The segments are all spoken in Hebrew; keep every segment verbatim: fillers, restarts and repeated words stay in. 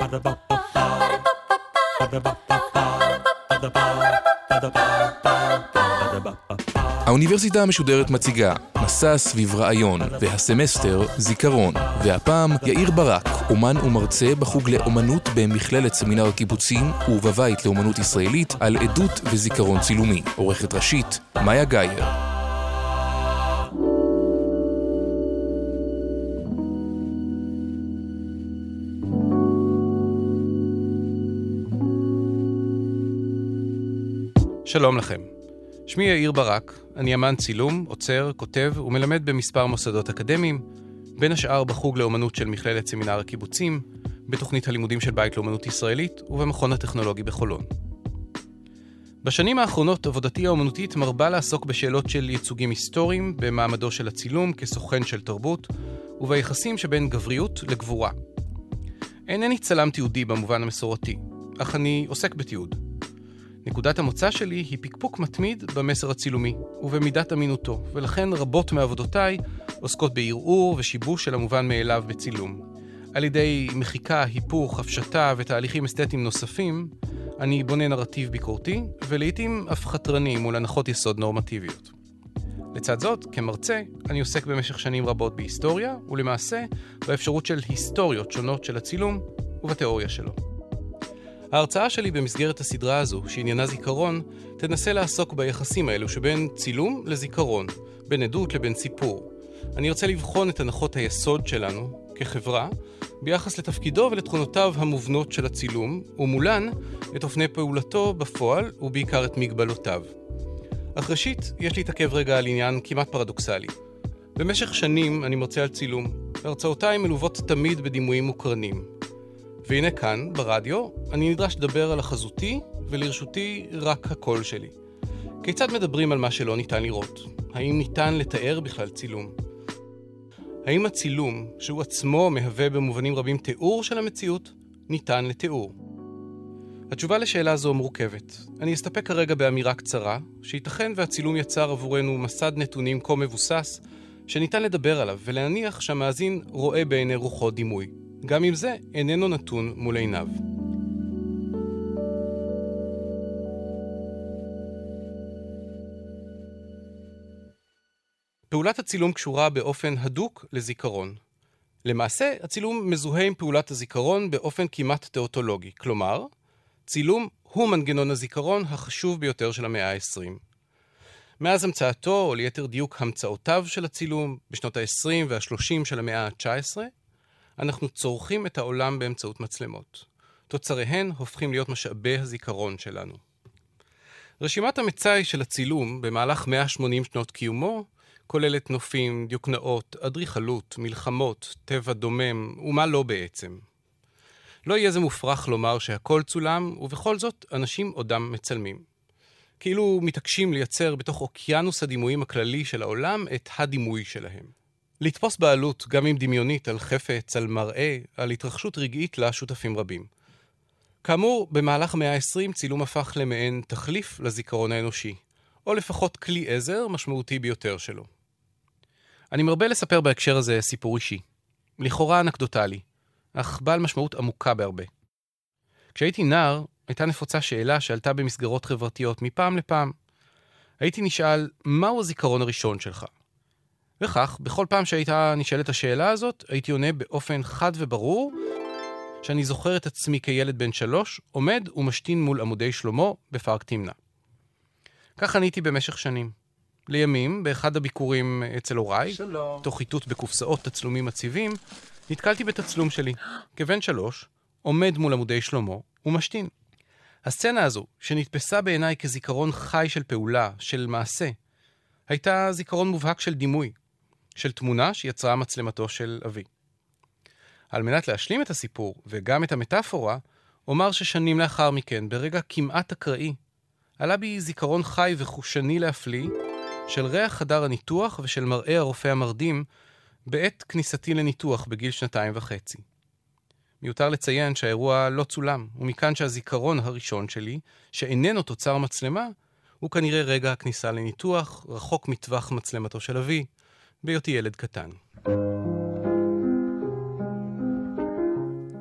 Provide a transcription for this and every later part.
האוניברסיטה המשודרת מציגה מסע סביב רעיון, והסמסטר זיכרון. והפעם יאיר ברק, אומן ומרצה בחוג לאומנות במכללת סמינר הקיבוצים ובבית לאומנות ישראלית, על עדות וזיכרון צילומי. עורכת ראשית מאיה גייר. שלום לכם. שמי יאיר ברק, אני אמן צילום, עוצר, כותב ומלמד במספר מוסדות אקדמיים, בין השאר בחוג לאומנות של מכללת סמינר הקיבוצים, בתוכנית הלימודים של בית לאומנות ישראלית ובמכון הטכנולוגי בחולון. בשנים האחרונות עבודתי האומנותית מרבה לעסוק בשאלות של ייצוגים היסטוריים, במעמדו של הצילום כסוכן של תרבות, וביחסים שבין גבריות לגבורה. אינני צלם תיעודי במובן המסורתי, אך אני עוסק בתיעוד. נקודת המוצא שלי היא פיקפוק מתמיד במסר הצילומי ובמידת אמינותו, ולכן רבות מעבודותיי עוסקות בערעור ושיבוש של המובן מאליו בצילום. על ידי מחיקה, היפוך, הפשטה ותהליכים אסתטיים נוספים, אני בונה נרטיב ביקורתי ולעיתים אף חתרני מול הנחות יסוד נורמטיביות. לצד זאת, כמרצה, אני עוסק במשך שנים רבות בהיסטוריה, ולמעשה באפשרות של היסטוריות שונות של הצילום ובתיאוריה שלו. ההרצאה שלי במסגרת הסדרה הזו, שעניינה זיכרון, תנסה לעסוק ביחסים האלו שבין צילום לזיכרון, בין עדות לבין סיפור. אני ארצה לבחון את הנחות היסוד שלנו כחברה, ביחס לתפקידו ולתכונותיו המובנות של הצילום, ומולן את אופני פעולתו בפועל ובעיקר את מגבלותיו. אך ראשית, יש להתעכב רגע על עניין כמעט פרדוקסלי. במשך שנים אני מרצה על צילום, והרצאותיי מלוות תמיד בדימויים מוקרנים. והנה כאן, ברדיו, אני נדרש לדבר על החזותי, ולרשותי רק הקול שלי. כיצד מדברים על מה שלא ניתן לראות? האם ניתן לתאר בכלל צילום? האם הצילום, שהוא עצמו מהווה במובנים רבים תיאור של המציאות, ניתן לתיאור? התשובה לשאלה זו מורכבת. אני אסתפק כרגע באמירה קצרה, שייתכן והצילום יצר עבורנו מסד נתונים כה מבוסס, שניתן לדבר עליו ולהניח שהמאזין רואה בעיני רוחו דימוי. גם אם זה איננו נתון מול עיניו. פעולת הצילום קשורה באופן הדוק לזיכרון. למעשה, הצילום מזוהה עם פעולת הזיכרון באופן כמעט תיאוטולוגי. כלומר, צילום הוא מנגנון הזיכרון החשוב ביותר של המאה ה-עשרים. מאז המצאתו, או ליתר דיוק המצאותיו של הצילום, בשנות ה-עשרים וה-שלושים של המאה ה-תשע עשרה, אנחנו צורכים את העולם באמצעות מצלמות. תוצריהן הופכים להיות משאבי הזיכרון שלנו. רשימת המצאי של הצילום במהלך מאה ושמונים שנות קיומו כוללת נופים, דיוקנאות, אדריכלות, מלחמות, טבע דומם ומה לא בעצם. לא יהיה זה מופרך לומר שהכל צולם, ובכל זאת אנשים עודם מצלמים. כאילו מתעקשים לייצר בתוך אוקיינוס הדימויים הכללי של העולם את הדימוי שלהם. לתפוס בעלות, גם אם דמיונית, על חפץ, על מראה, על התרחשות רגעית לשותפים רבים. כאמור, במהלך המאה ה-עשרים צילום הפך למעין תחליף לזיכרון האנושי, או לפחות כלי עזר משמעותי ביותר שלו. אני מרבה לספר בהקשר הזה סיפור אישי, לכאורה אנקדוטלי, אך בעל משמעות עמוקה בהרבה. כשהייתי נער, הייתה נפוצה שאלה שעלתה במסגרות חברתיות מפעם לפעם. הייתי נשאל, מהו הזיכרון הראשון שלך? וכך, בכל פעם שהייתה נשאלת השאלה הזאת, הייתי עונה באופן חד וברור, שאני זוכר את עצמי כילד בן שלוש, עומד ומשתין מול עמודי שלמה בפארק תמנע. כך עניתי במשך שנים. לימים, באחד הביקורים אצל הוריי, שלום. תוך חיטוט בקופסאות תצלומים מציבים, נתקלתי בתצלום שלי, כבן שלוש, עומד מול עמודי שלמה ומשתין. הסצנה הזו, שנתפסה בעיניי כזיכרון חי של פעולה, של מעשה, הייתה זיכרון מובהק של דימוי, של תמונה שיצרה מצלמתו של אבי. על מנת להשלים את הסיפור וגם את המטאפורה, אומר ששנים לאחר מכן, ברגע כמעט אקראי, עלה בי זיכרון חי וחושני להפליא של ריח חדר הניתוח ושל מראה הרופא המרדים בעת כניסתי לניתוח בגיל שנתיים וחצי. מיותר לציין שהאירוע לא צולם, ומכאן שהזיכרון הראשון שלי, שאיננו תוצר מצלמה, הוא כנראה רגע הכניסה לניתוח, רחוק מטווח מצלמתו של אבי, בהיותי ילד קטן.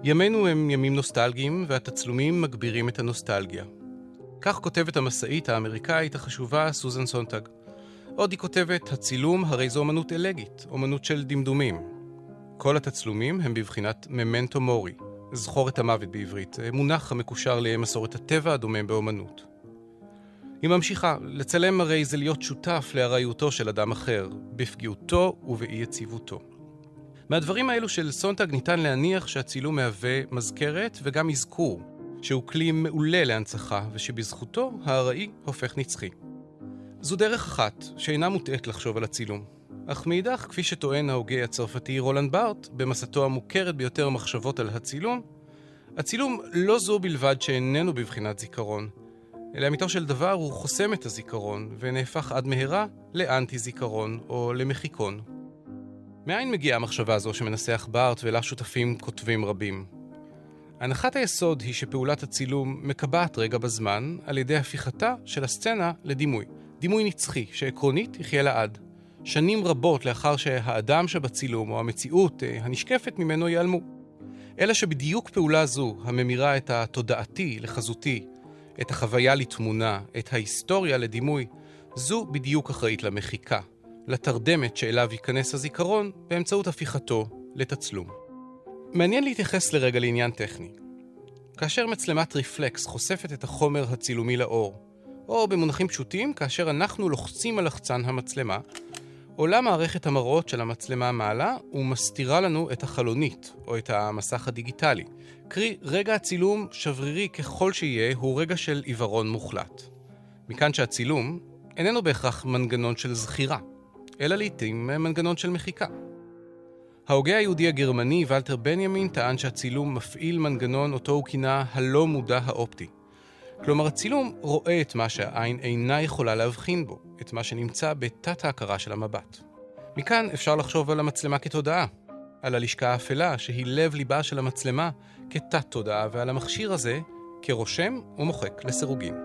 ימינו הם ימים נוסטלגיים, והתצלומים מגבירים את הנוסטלגיה. כך כותבת המסעית האמריקאית החשובה סוזן סונטג. עוד היא כותבת, הצילום הרי זו אומנות אלגית, אומנות של דמדומים. כל התצלומים הם בבחינת ממנטו מורי, זכור את המוות בעברית, מונח המקושר למסורת הטבע הדומם באומנות. היא ממשיכה, לצלם הרי זה להיות שותף לארעיותו של אדם אחר, בפגיעותו ובאי יציבותו. מהדברים האלו של סונטג ניתן להניח שהצילום מהווה מזכרת וגם אזכור, שהוא כלי מעולה להנצחה ושבזכותו הארעי הופך נצחי. זו דרך אחת שאינה מוטעת לחשוב על הצילום. אך מאידך, כפי שטוען ההוגה הצרפתי רולנד בארט, במסתו המוכרת ביותר מחשבות על הצילום, הצילום לא זו בלבד שאיננו בבחינת זיכרון, אלא אמיתו של דבר הוא חוסם את הזיכרון ונהפך עד מהרה לאנטי זיכרון או למחיקון. מאין מגיעה המחשבה הזו שמנסח בארט ולה שותפים כותבים רבים? הנחת היסוד היא שפעולת הצילום מקבעת רגע בזמן על ידי הפיכתה של הסצנה לדימוי. דימוי נצחי שעקרונית יחיה לעד. שנים רבות לאחר שהאדם שבצילום או המציאות הנשקפת ממנו ייעלמו. אלא שבדיוק פעולה זו הממירה את התודעתי לחזותי, את החוויה לתמונה, את ההיסטוריה לדימוי, זו בדיוק אחראית למחיקה, לתרדמת שאליו ייכנס הזיכרון באמצעות הפיכתו לתצלום. מעניין להתייחס לרגע לעניין טכני. כאשר מצלמת ריפלקס חושפת את החומר הצילומי לאור, או במונחים פשוטים, כאשר אנחנו לוחצים על לחצן המצלמה, עולה מערכת המראות של המצלמה מעלה ומסתירה לנו את החלונית או את המסך הדיגיטלי. קרי, רגע הצילום שברירי ככל שיהיה הוא רגע של עיוורון מוחלט. מכאן שהצילום איננו בהכרח מנגנון של זכירה, אלא לעתים מנגנון של מחיקה. ההוגה היהודי הגרמני ולטר בנימין טען שהצילום מפעיל מנגנון אותו הוא כינה הלא מודע האופטי. כלומר, הצילום רואה את מה שהעין אינה יכולה להבחין בו, את מה שנמצא בתת ההכרה של המבט. מכאן אפשר לחשוב על המצלמה כתודעה, על הלשכה האפלה שהיא לב ליבה של המצלמה כתת תודעה, ועל המכשיר הזה כרושם ומוחק לסירוגין.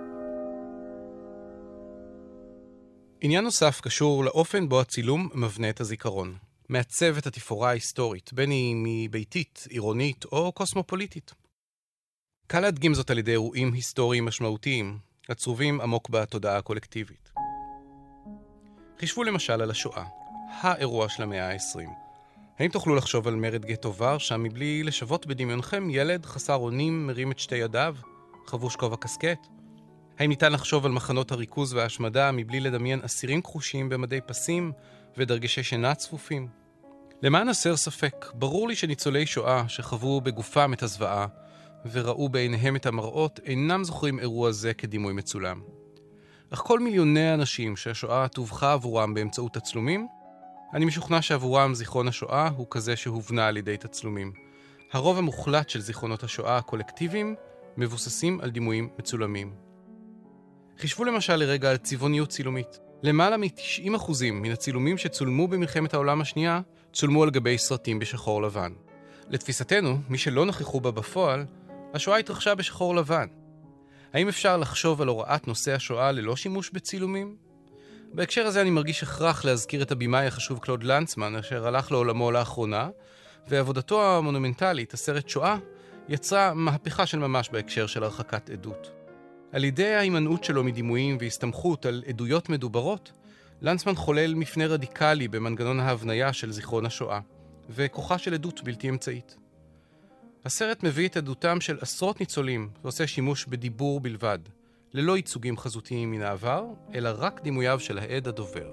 עניין נוסף קשור לאופן בו הצילום מבנה את הזיכרון. מעצב את התפאורה ההיסטורית, בין היא מביתית, עירונית או קוסמופוליטית. קל להדגים זאת על ידי אירועים היסטוריים משמעותיים, הצרובים עמוק בתודעה הקולקטיבית. חישבו למשל על השואה, האירוע של המאה ה-העשרים. האם תוכלו לחשוב על מרד גטו ורשה מבלי לשוות בדמיונכם ילד חסר אונים מרים את שתי ידיו, חבוש כובע קסקט? האם ניתן לחשוב על מחנות הריכוז וההשמדה מבלי לדמיין אסירים כחושים במדי פסים ודרגשי שינה צפופים? למען הסר ספק, ברור לי שניצולי שואה שחוו בגופם את הזוועה וראו בעיניהם את המראות אינם זוכרים אירוע זה כדימוי מצולם. אך כל מיליוני האנשים שהשואה תובחה עבורם באמצעות תצלומים, אני משוכנע שעבורם זיכרון השואה הוא כזה שהובנה על ידי תצלומים. הרוב המוחלט של זיכרונות השואה הקולקטיביים מבוססים על דימויים מצולמים. חישבו למשל לרגע על צבעוניות צילומית. למעלה מ-תשעים אחוז מן הצילומים שצולמו במלחמת העולם השנייה צולמו על גבי סרטים בשחור לבן. לתפיסתנו, מי שלא נכחו בה בפועל, השואה התרחשה בשחור לבן. האם אפשר לחשוב על הוראת נושא השואה ללא שימוש בצילומים? בהקשר הזה אני מרגיש הכרח להזכיר את הבימאי החשוב קלוד לנצמן, אשר הלך לעולמו לאחרונה, ועבודתו המונומנטלית, הסרט שואה, יצרה מהפכה של ממש בהקשר של הרחקת עדות. על ידי ההימנעות שלו מדימויים והסתמכות על עדויות מדוברות, לנצמן חולל מפנה רדיקלי במנגנון ההבניה של זיכרון השואה, וכוחה של עדות בלתי אמצעית. הסרט מביא את עדותם של עשרות ניצולים ועושה שימוש בדיבור בלבד, ללא ייצוגים חזותיים מן העבר, אלא רק דימוייו של העד הדובר.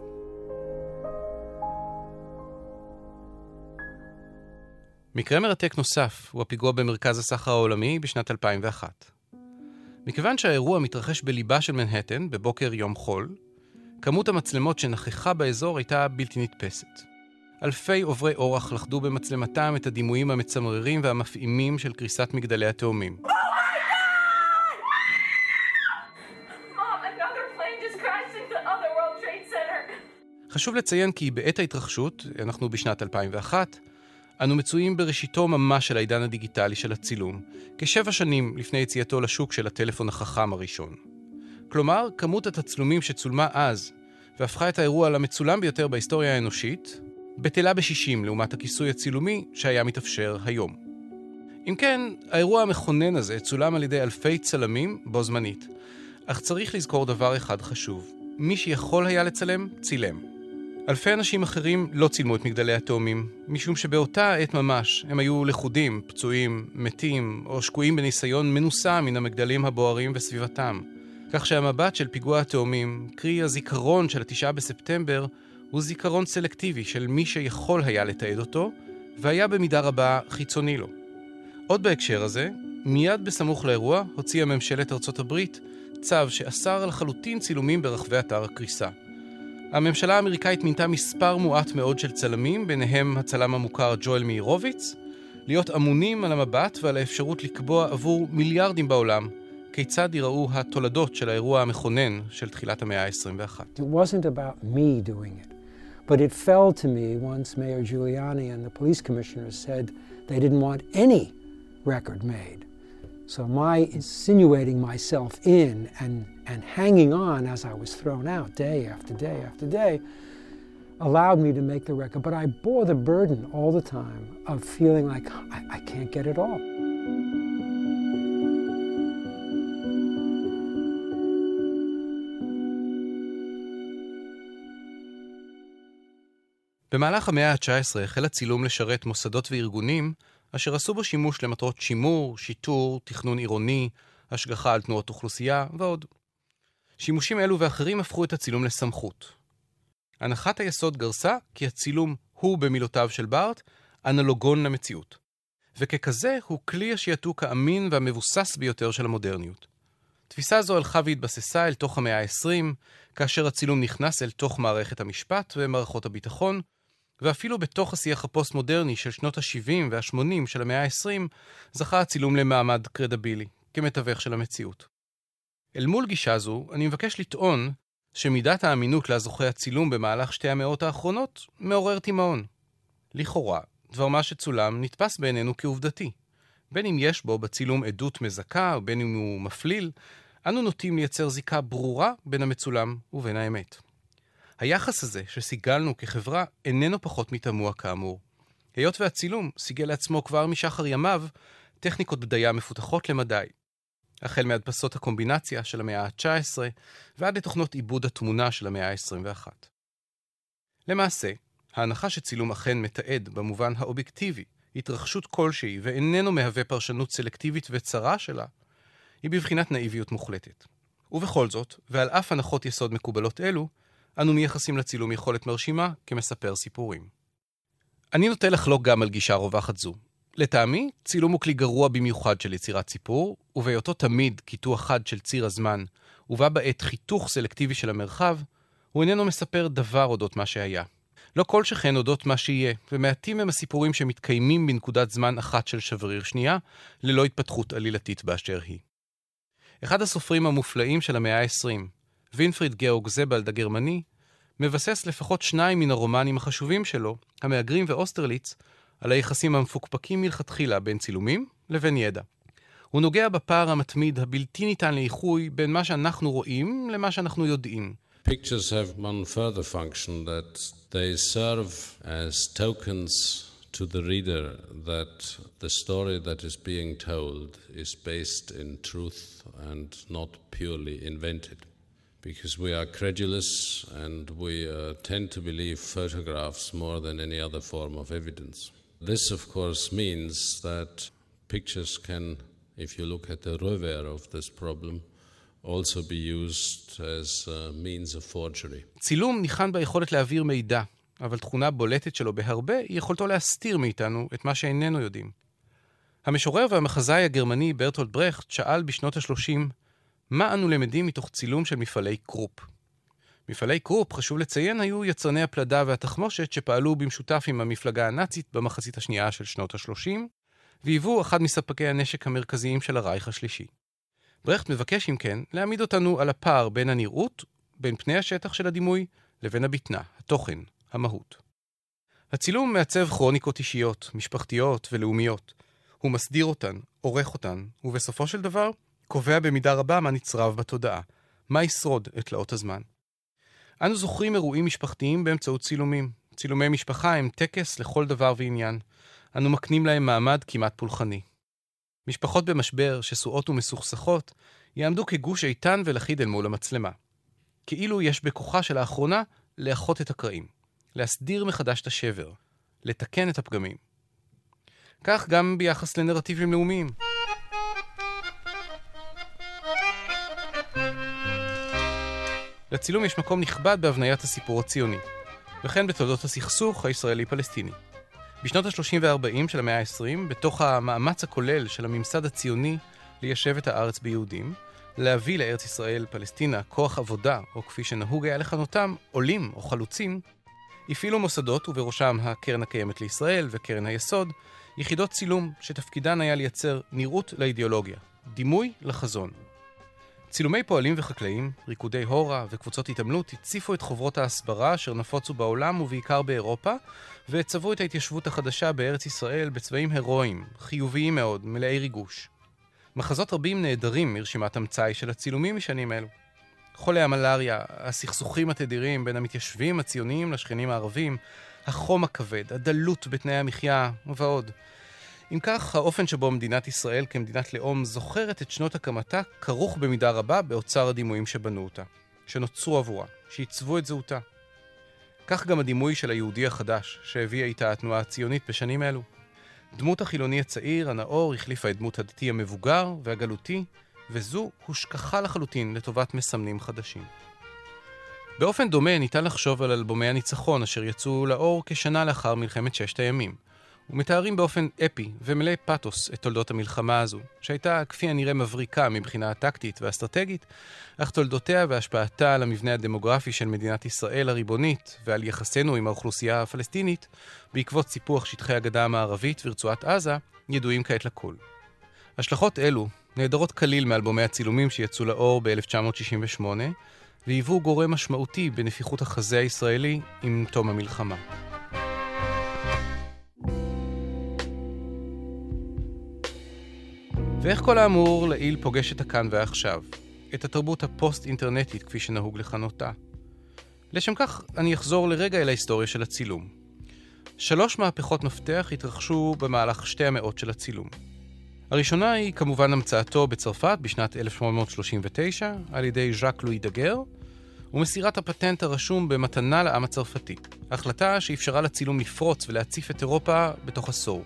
מקרה מרתק נוסף הוא הפיגוע במרכז הסחר העולמי בשנת אלפיים ואחת. מכיוון שהאירוע מתרחש בליבה של מנהטן בבוקר יום חול, כמות המצלמות שנכחה באזור הייתה בלתי נתפסת. אלפי עוברי אורח לחדו במצלמתם את הדימויים המצמררים והמפעימים של קריסת מגדלי התאומים. חשוב לציין כי בעת ההתרחשות, אנחנו בשנת אלפיים ואחת, אנו מצויים בראשיתו ממש של העידן הדיגיטלי של הצילום, כשבע שנים לפני יציאתו לשוק של הטלפון החכם הראשון. כלומר, כמות התצלומים שצולמה אז, והפכה את האירוע למצולם ביותר בהיסטוריה האנושית, בטלה בשישים לעומת הכיסוי הצילומי שהיה מתאפשר היום. אם כן, האירוע המכונן הזה צולם על ידי אלפי צלמים בו זמנית. אך צריך לזכור דבר אחד חשוב. מי שיכול היה לצלם, צילם. אלפי אנשים אחרים לא צילמו את מגדלי התאומים, משום שבאותה עת ממש הם היו לכודים, פצועים, מתים או שקועים בניסיון מנוסה מן המגדלים הבוערים וסביבתם. כך שהמבט של פיגוע התאומים, קרי הזיכרון של התשעה בספטמבר, הוא זיכרון סלקטיבי של מי שיכול היה לתעד אותו, והיה במידה רבה חיצוני לו. עוד בהקשר הזה, מיד בסמוך לאירוע הוציאה ממשלת ארצות הברית צו שאסר לחלוטין צילומים ברחבי אתר הקריסה. הממשלה האמריקאית מינתה מספר מועט מאוד של צלמים, ביניהם הצלם המוכר ג'ואל מאירוביץ, להיות אמונים על המבט ועל האפשרות לקבוע עבור מיליארדים בעולם כיצד ייראו התולדות של האירוע המכונן של תחילת המאה ה-עשרים ואחת. It wasn't about me doing it, but it fell to me once Mayor Giuliani and the police commissioners said they didn't want any record made. So my insinuating myself in and, and hanging on as I was thrown out day after day after day allowed me to make the record. But I bore the burden all the time of feeling like I, I can't get it all. במהלך המאה ה-תשע עשרה החל הצילום לשרת מוסדות וארגונים אשר עשו בו שימוש למטרות שימור, שיטור, תכנון עירוני, השגחה על תנועות אוכלוסייה ועוד. שימושים אלו ואחרים הפכו את הצילום לסמכות. הנחת היסוד גרסה כי הצילום הוא במילותיו של בארט אנלוגון למציאות. וככזה הוא כלי השייטוק האמין והמבוסס ביותר של המודרניות. תפיסה זו הלכה והתבססה אל תוך המאה ה-עשרים, כאשר הצילום נכנס אל תוך מערכת המשפט ומערכות הביטחון, ואפילו בתוך השיח הפוסט-מודרני של שנות ה-שבעים וה-שמונים של המאה ה-עשרים, זכה הצילום למעמד קרדבילי, כמתווך של המציאות. אל מול גישה זו, אני מבקש לטעון שמידת האמינות להזוכה הצילום במהלך שתי המאות האחרונות מעורר תימהון. לכאורה, דבר מה שצולם נתפס בעינינו כעובדתי. בין אם יש בו בצילום עדות מזכה, או בין אם הוא מפליל, אנו נוטים לייצר זיקה ברורה בין המצולם ובין האמת. היחס הזה שסיגלנו כחברה איננו פחות מתמוה כאמור. היות והצילום סיגל לעצמו כבר משחר ימיו טכניקות בדיה מפותחות למדי. החל מהדפסות הקומבינציה של המאה ה-תשע עשרה ועד לתוכנות עיבוד התמונה של המאה ה-עשרים ואחת. למעשה, ההנחה שצילום אכן מתעד במובן האובייקטיבי התרחשות כלשהי ואיננו מהווה פרשנות סלקטיבית וצרה שלה, היא בבחינת נאיביות מוחלטת. ובכל זאת, ועל אף הנחות יסוד מקובלות אלו, אנו מייחסים לצילום יכולת מרשימה כמספר סיפורים. אני נוטה לחלוק גם על גישה רווחת זו. לטעמי, צילום הוא כלי גרוע במיוחד של יצירת סיפור, ובהיותו תמיד קיטוע חד של ציר הזמן, ובה בעת חיתוך סלקטיבי של המרחב, הוא איננו מספר דבר אודות מה שהיה. לא כל שכן אודות מה שיהיה, ומעטים הם הסיפורים שמתקיימים בנקודת זמן אחת של שבריר שנייה, ללא התפתחות עלילתית באשר היא. אחד הסופרים המופלאים של המאה ה-עשרים, וינפריד גאורג זבלד הגרמני, מבסס לפחות שניים מן הרומנים החשובים שלו, המהגרים ואוסטרליץ, על היחסים המפוקפקים מלכתחילה בין צילומים לבין ידע. הוא נוגע בפער המתמיד הבלתי ניתן לאיחוי בין מה שאנחנו רואים למה שאנחנו יודעים. Pictures have one further function that they serve as tokens to the reader that the story that is being told is based in truth and not purely invented. Because we are credulous and we uh, tend to believe photographs more than any other form of evidence. This, of course, means that pictures can, if you look at the revers of this problem, also be used as a means of forgery. צילום ניחן ביכולת להעביר מידע, אבל תכונה בולטת שלו בהרבה היא יכולתו להסתיר מאיתנו את מה שאיננו יודעים. המשורר והמחזאי הגרמני ברטולד ברכט שאל בשנות ה-שלושים, מה אנו למדים מתוך צילום של מפעלי קרופ? מפעלי קרופ, חשוב לציין, היו יצרני הפלדה והתחמושת שפעלו במשותף עם המפלגה הנאצית במחצית השנייה של שנות ה-שלושים, והיוו אחד מספקי הנשק המרכזיים של הרייך השלישי. ברכט מבקש אם כן להעמיד אותנו על הפער בין הנראות, בין פני השטח של הדימוי, לבין הבטנה, התוכן, המהות. הצילום מעצב כרוניקות אישיות, משפחתיות ולאומיות. הוא מסדיר אותן, עורך אותן, ובסופו של דבר קובע במידה רבה מה נצרב בתודעה, מה ישרוד את תלאות הזמן. אנו זוכרים אירועים משפחתיים באמצעות צילומים. צילומי משפחה הם טקס לכל דבר ועניין. אנו מקנים להם מעמד כמעט פולחני. משפחות במשבר, שסועות ומסוכסכות, יעמדו כגוש איתן ולחיד אל מול המצלמה. כאילו יש בכוחה של האחרונה לאחות את הקרעים, להסדיר מחדש את השבר, לתקן את הפגמים. כך גם ביחס לנרטיבים לאומיים. לצילום יש מקום נכבד בהבניית הסיפור הציוני, וכן בתולדות הסכסוך הישראלי-פלסטיני. בשנות ה-שלושים וה-ארבעים של המאה ה-עשרים, בתוך המאמץ הכולל של הממסד הציוני ליישב את הארץ ביהודים, להביא לארץ ישראל פלסטינה כוח עבודה, או כפי שנהוג היה לכנותם, עולים או חלוצים, הפעילו מוסדות, ובראשם הקרן הקיימת לישראל וקרן היסוד, יחידות צילום שתפקידן היה לייצר נראות לאידיאולוגיה, דימוי לחזון. צילומי פועלים וחקלאים, ריקודי הורה וקבוצות התעמלות הציפו את חוברות ההסברה אשר נפוצו בעולם ובעיקר באירופה, והצבו את ההתיישבות החדשה בארץ ישראל בצבעים הירואיים, חיוביים מאוד, מלאי ריגוש. מחזות רבים נהדרים מרשימת המצאי של הצילומים משנים אלו. חולי המלריה, הסכסוכים התדירים בין המתיישבים הציוניים לשכנים הערבים, החום הכבד, הדלות בתנאי המחיה ועוד. אם כך, האופן שבו מדינת ישראל כמדינת לאום זוכרת את שנות הקמתה כרוך במידה רבה באוצר הדימויים שבנו אותה, שנוצרו עבורה, שעיצבו את זהותה. כך גם הדימוי של היהודי החדש שהביאה איתה התנועה הציונית בשנים אלו. דמות החילוני הצעיר, הנאור, החליפה את דמות הדתי המבוגר והגלותי, וזו הושכחה לחלוטין לטובת מסמנים חדשים. באופן דומה ניתן לחשוב על אלבומי הניצחון אשר יצאו לאור כשנה לאחר מלחמת ששת הימים, ומתארים באופן אפי ומלא פאטוס את תולדות המלחמה הזו, שהייתה כפי הנראה מבריקה מבחינה הטקטית והאסטרטגית, אך תולדותיה והשפעתה על המבנה הדמוגרפי של מדינת ישראל הריבונית ועל יחסנו עם האוכלוסייה הפלסטינית, בעקבות סיפוח שטחי הגדה המערבית ורצועת עזה, ידועים כעת לכל. השלכות אלו נהדרות כליל מאלבומי הצילומים שיצאו לאור ב-אלף תשע מאות שישים ושמונה, והיוו גורם משמעותי בנפיחות החזה הישראלי עם תום המלחמה. ואיך כל האמור לעיל פוגש את הכאן ועכשיו, את התרבות הפוסט-אינטרנטית כפי שנהוג לכנותה. לשם כך אני אחזור לרגע אל ההיסטוריה של הצילום. שלוש מהפכות מפתח התרחשו במהלך שתי המאות של הצילום. הראשונה היא כמובן המצאתו בצרפת בשנת אלף שמונה מאות שלושים ותשע על ידי ז'אק לואי דגר, ומסירת הפטנט הרשום במתנה לעם הצרפתי, החלטה שאפשרה לצילום לפרוץ ולהציף את אירופה בתוך עשור.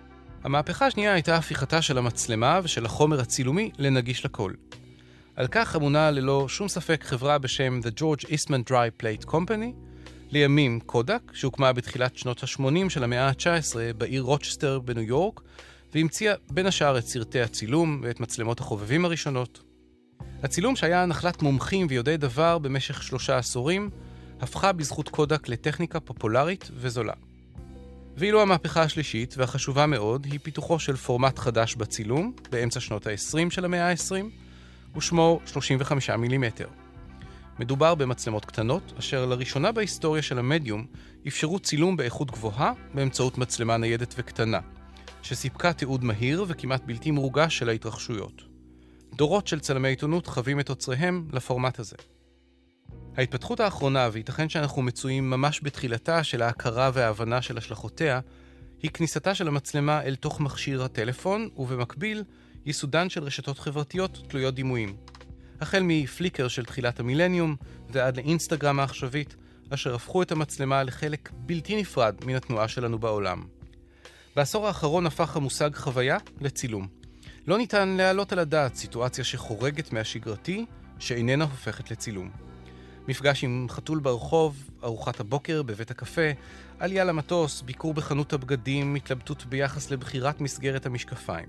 המהפכה השנייה הייתה הפיכתה של המצלמה ושל החומר הצילומי לנגיש לכל. על כך אמונה ללא שום ספק חברה בשם The George Eastman Dry Plate Company, לימים קודק, שהוקמה בתחילת שנות ה-שמונים של המאה ה-תשע עשרה בעיר רוצ'סטר בניו יורק, והמציאה בין השאר את סרטי הצילום ואת מצלמות החובבים הראשונות. הצילום שהיה נחלת מומחים ויודעי דבר במשך שלושה עשורים, הפכה בזכות קודק לטכניקה פופולרית וזולה. ואילו המהפכה השלישית, והחשובה מאוד, היא פיתוחו של פורמט חדש בצילום, באמצע שנות ה-עשרים של המאה ה-עשרים, ושמו שלושים וחמישה מילימטר. מדובר במצלמות קטנות, אשר לראשונה בהיסטוריה של המדיום, אפשרו צילום באיכות גבוהה באמצעות מצלמה ניידת וקטנה, שסיפקה תיעוד מהיר וכמעט בלתי מורגש של ההתרחשויות. דורות של צלמי עיתונות חווים את תוצריהם לפורמט הזה. ההתפתחות האחרונה, וייתכן שאנחנו מצויים ממש בתחילתה של ההכרה וההבנה של השלכותיה, היא כניסתה של המצלמה אל תוך מכשיר הטלפון, ובמקביל ייסודן של רשתות חברתיות תלויות דימויים. החל מפליקר של תחילת המילניום ועד לאינסטגרם העכשווית, אשר הפכו את המצלמה לחלק בלתי נפרד מן התנועה שלנו בעולם. בעשור האחרון הפך המושג חוויה לצילום. לא ניתן להעלות על הדעת סיטואציה שחורגת מהשגרתי, שאיננה הופכת לצילום. מפגש עם חתול ברחוב, ארוחת הבוקר בבית הקפה, עלייה למטוס, ביקור בחנות הבגדים, התלבטות ביחס לבחירת מסגרת המשקפיים.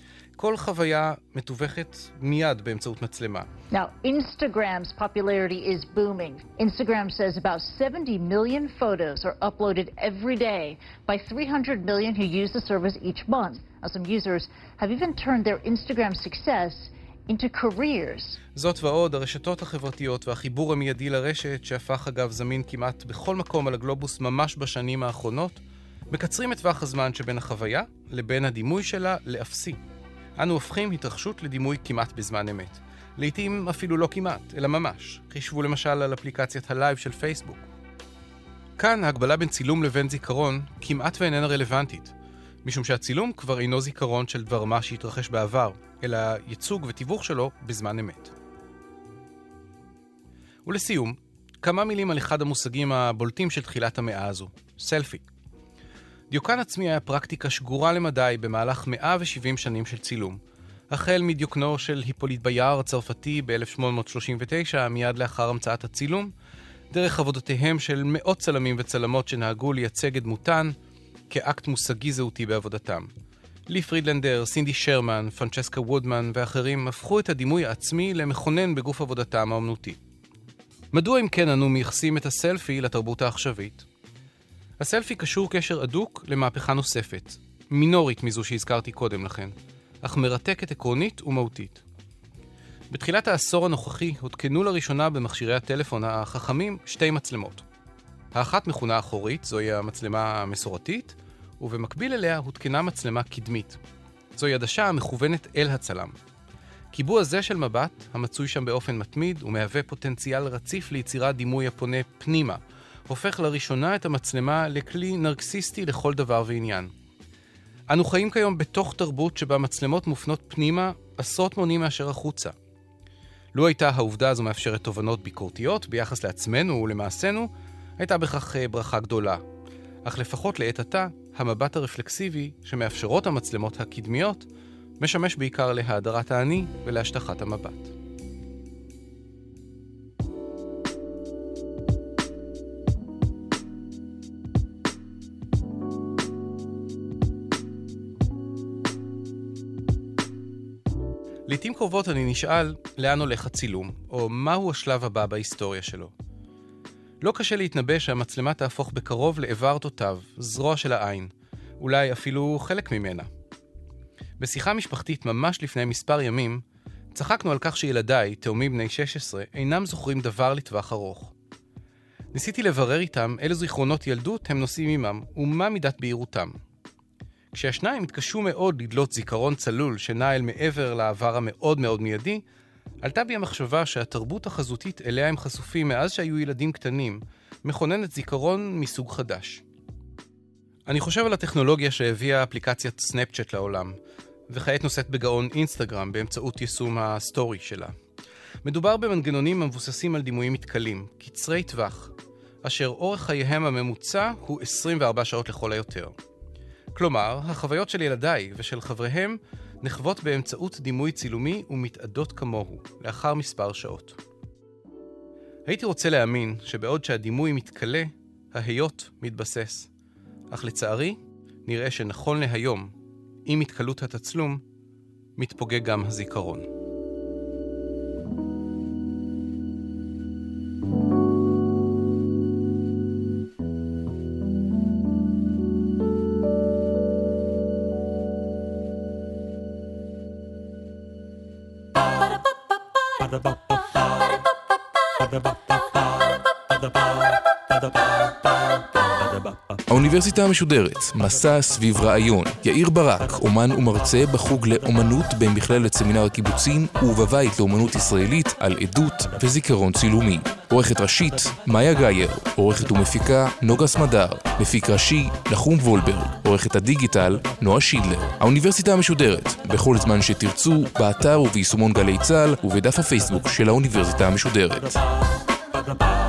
כל חוויה מתווכת מיד באמצעות מצלמה. Now, Instagram's popularity is booming. Instagram says about seventy million photos are uploaded every day by three hundred million who use the service each month. Now, some users have even turned their Instagram success into careers. זאת ועוד, הרשתות החברתיות והחיבור המיידי לרשת, שהפך אגב זמין כמעט בכל מקום על הגלובוס ממש בשנים האחרונות, מקצרים את טווח הזמן שבין החוויה לבין הדימוי שלה לאפסי. אנו הופכים התרחשות לדימוי כמעט בזמן אמת. לעתים אפילו לא כמעט, אלא ממש. חישבו למשל על אפליקציית הלייב של פייסבוק. כאן ההגבלה בין צילום לבין זיכרון כמעט ואיננה רלוונטית, משום שהצילום כבר אינו זיכרון של דבר מה שהתרחש בעבר, אלא ייצוג ותיווך שלו בזמן אמת. ולסיום, כמה מילים על אחד המושגים הבולטים של תחילת המאה הזו, סלפי. דיוקן עצמי היה פרקטיקה שגורה למדי במהלך מאה ושבעים שנים של צילום, החל מדיוקנו של היפוליט בייר הצרפתי ב-אלף שמונה מאות שלושים ותשע, מיד לאחר המצאת הצילום, דרך עבודותיהם של מאות צלמים וצלמות שנהגו לייצג את דמותן כאקט מושגי זהותי בעבודתם. לי פרידלנדר, סינדי שרמן, פרנצ'סקה וודמן ואחרים הפכו את הדימוי העצמי למכונן בגוף עבודתם האמנותי. מדוע אם כן אנו מייחסים את הסלפי לתרבות העכשווית? הסלפי קשור קשר אדוק למהפכה נוספת, מינורית מזו שהזכרתי קודם לכן, אך מרתקת עקרונית ומהותית. בתחילת העשור הנוכחי הותקנו לראשונה במכשירי הטלפון החכמים שתי מצלמות. האחת מכונה אחורית, זוהי המצלמה המסורתית, ובמקביל אליה הותקנה מצלמה קדמית. זוהי עדשה המכוונת אל הצלם. קיבוע זה של מבט, המצוי שם באופן מתמיד ומהווה פוטנציאל רציף ליצירת דימוי הפונה פנימה, הופך לראשונה את המצלמה לכלי נרקסיסטי לכל דבר ועניין. אנו חיים כיום בתוך תרבות שבה מצלמות מופנות פנימה עשרות מונים מאשר החוצה. לו הייתה העובדה הזו מאפשרת תובנות ביקורתיות ביחס לעצמנו ולמעשינו, הייתה בכך ברכה גדולה. אך לפחות לעת עתה, המבט הרפלקסיבי שמאפשרות המצלמות הקדמיות משמש בעיקר להאדרת העני ולהשטחת המבט. לעתים קרובות אני נשאל לאן הולך הצילום, או מהו השלב הבא בהיסטוריה שלו. לא קשה להתנבא שהמצלמה תהפוך בקרוב לאיבר תותיו, זרוע של העין, אולי אפילו חלק ממנה. בשיחה משפחתית ממש לפני מספר ימים, צחקנו על כך שילדיי, תאומים בני שש עשרה, אינם זוכרים דבר לטווח ארוך. ניסיתי לברר איתם אילו זיכרונות ילדות הם נושאים עמם, ומה מידת בהירותם. כשהשניים התקשו מאוד לדלות זיכרון צלול שנע אל מעבר לעבר המאוד מאוד מיידי, עלתה בי המחשבה שהתרבות החזותית אליה הם חשופים מאז שהיו ילדים קטנים, מכוננת זיכרון מסוג חדש. אני חושב על הטכנולוגיה שהביאה אפליקציית סנאפצ'אט לעולם, וכעת נושאת בגאון אינסטגרם באמצעות יישום הסטורי שלה. מדובר במנגנונים המבוססים על דימויים מתקלים, קצרי טווח, אשר אורך חייהם הממוצע הוא עשרים וארבע שעות לכל היותר. כלומר, החוויות של ילדיי ושל חבריהם נחוות באמצעות דימוי צילומי ומתעדות כמוהו, לאחר מספר שעות. הייתי רוצה להאמין שבעוד שהדימוי מתקלה, ההיות מתבסס. אך לצערי, נראה שנכון להיום, עם התקלות התצלום, מתפוגג גם הזיכרון. האוניברסיטה המשודרת, מסע סביב רעיון. יאיר ברק, אומן ומרצה בחוג לאומנות במכללת סמינר הקיבוצים ובבית לאומנות ישראלית על עדות וזיכרון צילומי. עורכת ראשית, מאיה גייר. עורכת ומפיקה, נוגה סמדר. מפיק ראשי, נחום וולברג. עורכת הדיגיטל, נועה שידלר. האוניברסיטה המשודרת, בכל זמן שתרצו, באתר וביישומון גלי צה"ל ובדף הפייסבוק של האוניברסיטה המשודרת.